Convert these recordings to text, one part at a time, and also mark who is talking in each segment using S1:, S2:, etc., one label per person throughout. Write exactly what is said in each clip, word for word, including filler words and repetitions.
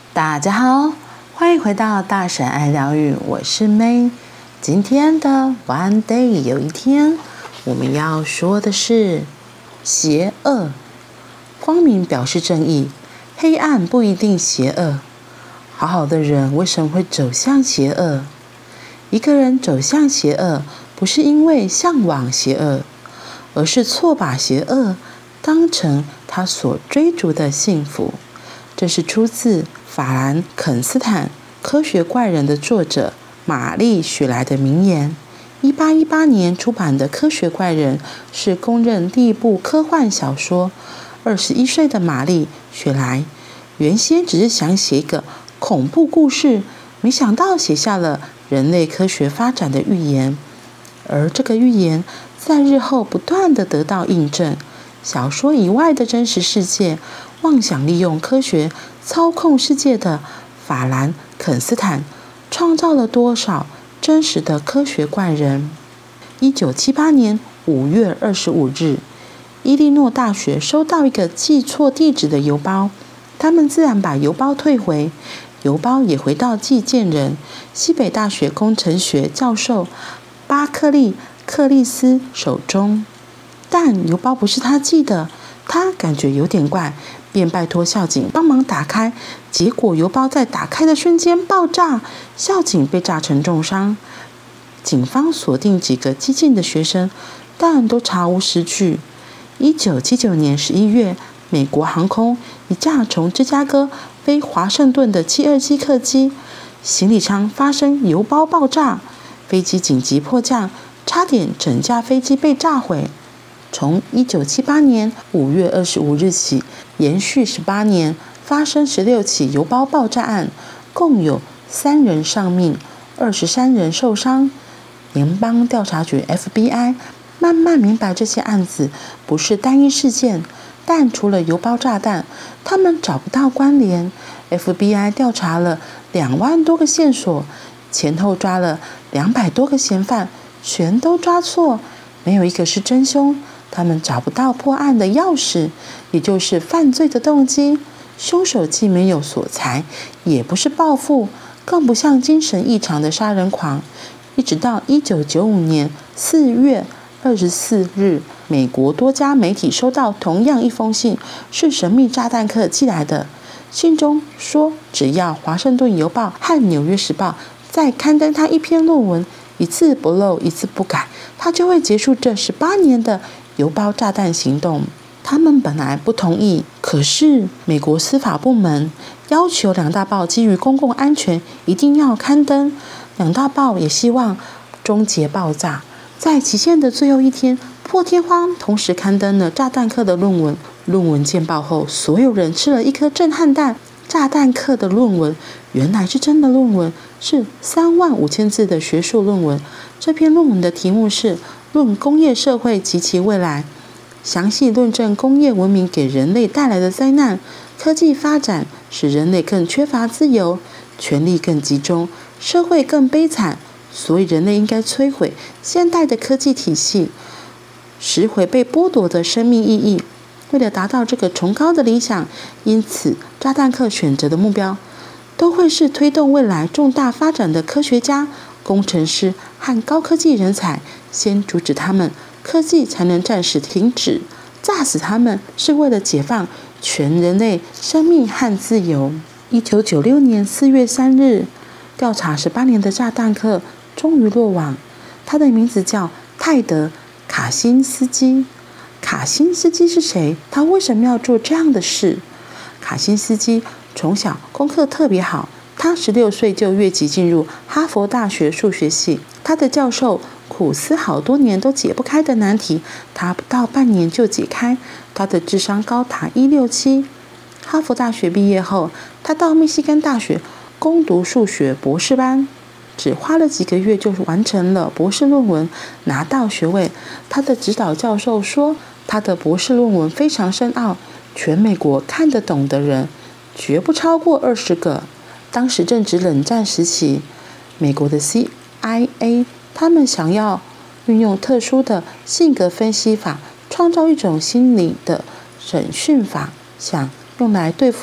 S1: 大家好，欢迎回到大神爱疗愈，我是 May。今天的 One Day 有一天，我们要说的是邪恶。光明表示正义，黑暗不一定邪恶。好好的人为什么会走向邪恶？一个人走向邪恶，不是因为向往邪恶，而是错把邪恶当成他所追逐的幸福。这是出自法兰肯斯坦科学怪人的作者玛丽雪莱的名言。一八一八年出版的《科学怪人》是公认第一部科幻小说。二十一岁的玛丽雪莱原先只是想写一个恐怖故事，没想到写下了人类科学发展的预言。而这个预言在日后不断地得到印证。小说以外的真实世界，妄想利用科学操控世界的法兰肯斯坦创造了多少真实的科学怪人？一九七八年五月二十五日，伊利诺大学收到一个寄错地址的邮包，他们自然把邮包退回，邮包也回到寄件人西北大学工程学教授巴克利克利斯手中。但邮包不是他寄的，他感觉有点怪，便拜托校警帮忙打开。结果邮包在打开的瞬间爆炸，校警被炸成重伤。警方锁定几个激进的学生，但都查无实据。一九七九年十一月，美国航空一架从芝加哥飞华盛顿的七二七客机行李舱发生邮包爆炸，飞机紧急迫降，差点整架飞机被炸毁。从一九七八年五月二十五日起，延续十八年，发生十六起邮包爆炸案，共有三人丧命，二十三人受伤。联邦调查局 F B I 慢慢明白这些案子不是单一事件，但除了邮包炸弹，他们找不到关联。F B I 调查了两万多个线索，前后抓了两百多个嫌犯，全都抓错，没有一个是真凶。他们找不到破案的钥匙，也就是犯罪的动机。凶手既没有索财，也不是报复，更不像精神异常的杀人狂。一直到一九九五年四月二十四日，美国多家媒体收到同样一封信，是神秘炸弹客寄来的。信中说，只要《华盛顿邮报》和《纽约时报》再刊登他一篇论文，一字不漏，一字不改，他就会结束这十八年的邮包炸弹行动。他们本来不同意，可是美国司法部门要求两大报基于公共安全一定要刊登。两大报也希望终结爆炸。在期限的最后一天，破天荒同时刊登了炸弹客的论文。论文见报后，所有人吃了一颗震撼弹。炸弹客的论文原来是真的论文，是三万五千字的学术论文。这篇论文的题目是《论工业社会及其未来》，详细论证工业文明给人类带来的灾难。科技发展使人类更缺乏自由，权力更集中，社会更悲惨，所以人类应该摧毁现代的科技体系，拾回被剥夺的生命意义。为了达到这个崇高的理想，因此炸弹客选择的目标都会是推动未来重大发展的科学家、工程师和高科技人才。先阻止他们，科技才能暂时停止；炸死他们是为了解放全人类生命和自由。一九九六年四月三日，调查十八年的炸弹客终于落网。他的名字叫泰德·卡辛斯基。卡辛斯基是谁？他为什么要做这样的事？卡辛斯基从小功课特别好，他十六岁就越级进入哈佛大学数学系。他的教授苦思好多年都解不开的难题，他不到半年就解开。他的智商高达一百六十七。哈佛大学毕业后，他到密西根大学攻读数学博士班，只花了几个月就完成了博士论文，拿到学位。他的指导教授说，他的博士论文非常深奥，全美国看得懂的人绝不超过二十个。当时正值冷战时期，美国的 C I A 他们想要运用特殊的性格分析法，创造一种心理的审讯法，想用来对付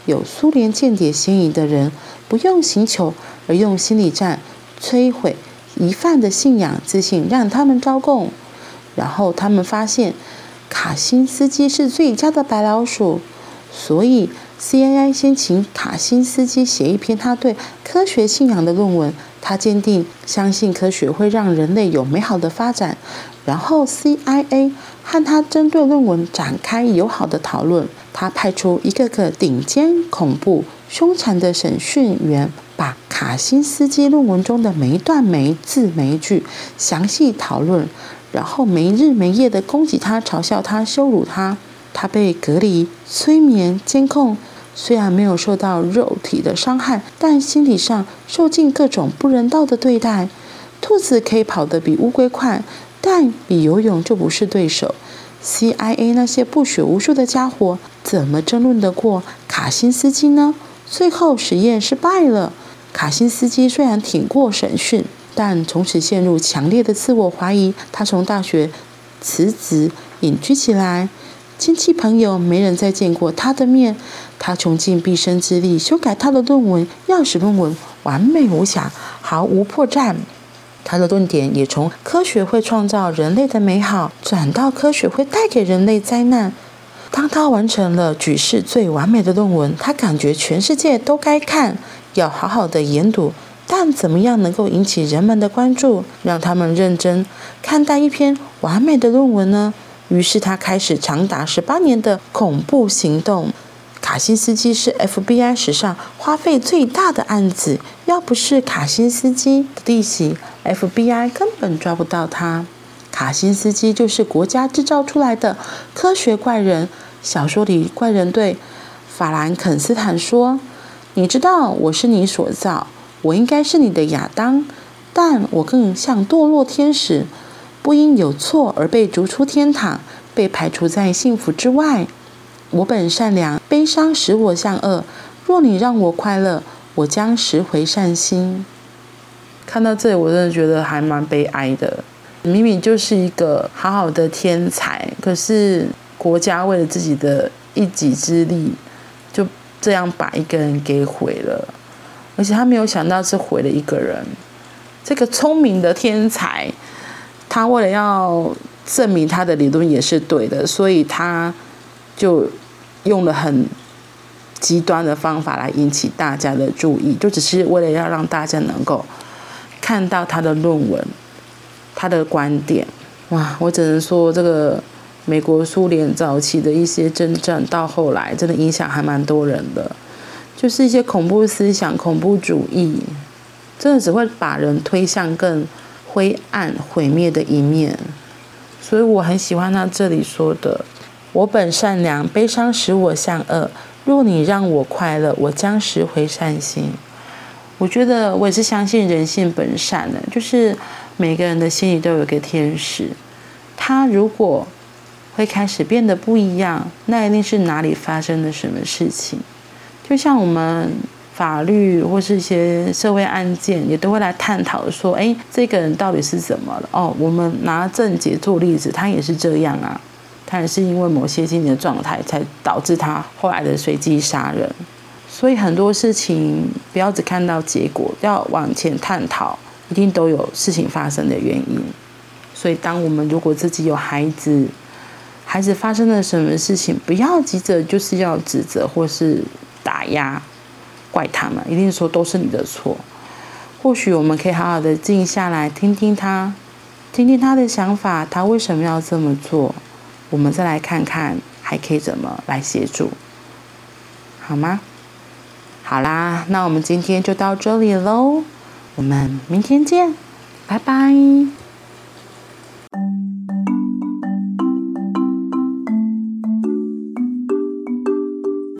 S1: 有苏联间谍嫌疑的人不用刑求，而用心理战摧毁疑犯的信仰自信，让他们招供。然后他们发现卡辛斯基是最佳的白老鼠，所以 C I A 先请卡辛斯基写一篇他对科学信仰的论文。他坚定相信科学会让人类有美好的发展。然后 C I A 和他针对论文展开友好的讨论。他派出一个个顶尖、恐怖、凶残的审讯员，把卡辛斯基论文中的每一段、每一字、每一句详细讨论，然后没日没夜地攻击他、嘲笑他、羞辱他。他被隔离、催眠、监控，虽然没有受到肉体的伤害，但心理上受尽各种不人道的对待。兔子可以跑得比乌龟快，但比游泳就不是对手。C I A 那些不学无术的家伙怎么争论得过卡辛斯基呢？最后实验失败了。卡辛斯基虽然挺过审讯，但从此陷入强烈的自我怀疑。他从大学辞职，隐居起来，亲戚朋友没人再见过他的面。他穷尽毕生之力修改他的论文，要使论文完美无瑕，毫无破绽。他的论点也从科学会创造人类的美好转到科学会带给人类灾难。当他完成了举世最完美的论文，他感觉全世界都该看，要好好的研读。但怎么样能够引起人们的关注，让他们认真看待一篇完美的论文呢？于是他开始长达十八年的恐怖行动。卡辛斯基是 F B I 史上花费最大的案子，要不是卡辛斯基的弟媳 F B I 根本抓不到他。卡辛斯基就是国家制造出来的科学怪人。小说里怪人对法兰肯斯坦说，你知道我是你所造，我应该是你的亚当，但我更像堕落天使，不因有错而被逐出天堂，被排除在幸福之外。我本善良，悲伤使我向恶，若你让我快乐，我将拾回善心。看到这里我真的觉得还蛮悲哀的，明明就是一个好好的天才，可是国家为了自己的一己之力，就这样把一个人给毁了。而且他没有想到是毁了一个人。这个聪明的天才，他为了要证明他的理论也是对的，所以他就用了很极端的方法来引起大家的注意，就只是为了要让大家能够看到他的论文、他的观点。哇，我只能说这个美国苏联早期的一些征战到后来真的影响还蛮多人的，就是一些恐怖思想、恐怖主义，真的只会把人推向更灰暗、毁灭的一面。所以我很喜欢他这里说的，我本善良，悲伤使我向恶，若你让我快乐，我将拾回善心。我觉得我也是相信人性本善的，就是每个人的心里都有一个天使，他如果会开始变得不一样，那一定是哪里发生了什么事情。就像我们法律或是一些社会案件也都会来探讨说，哎，这个人到底是怎么了？哦，我们拿郑捷做例子，他也是这样啊，他也是因为某些心理的状态才导致他后来的随机杀人。所以很多事情不要只看到结果，要往前探讨，一定都有事情发生的原因。所以当我们如果自己有孩子，孩子发生了什么事情，不要急着就是要指责或是打压怪他们，一定说都是你的错。或许我们可以好好的静下来，听听他听听他的想法，他为什么要这么做，我们再来看看还可以怎么来协助，好吗？好啦，那我们今天就到这里咯，我们明天见，拜拜。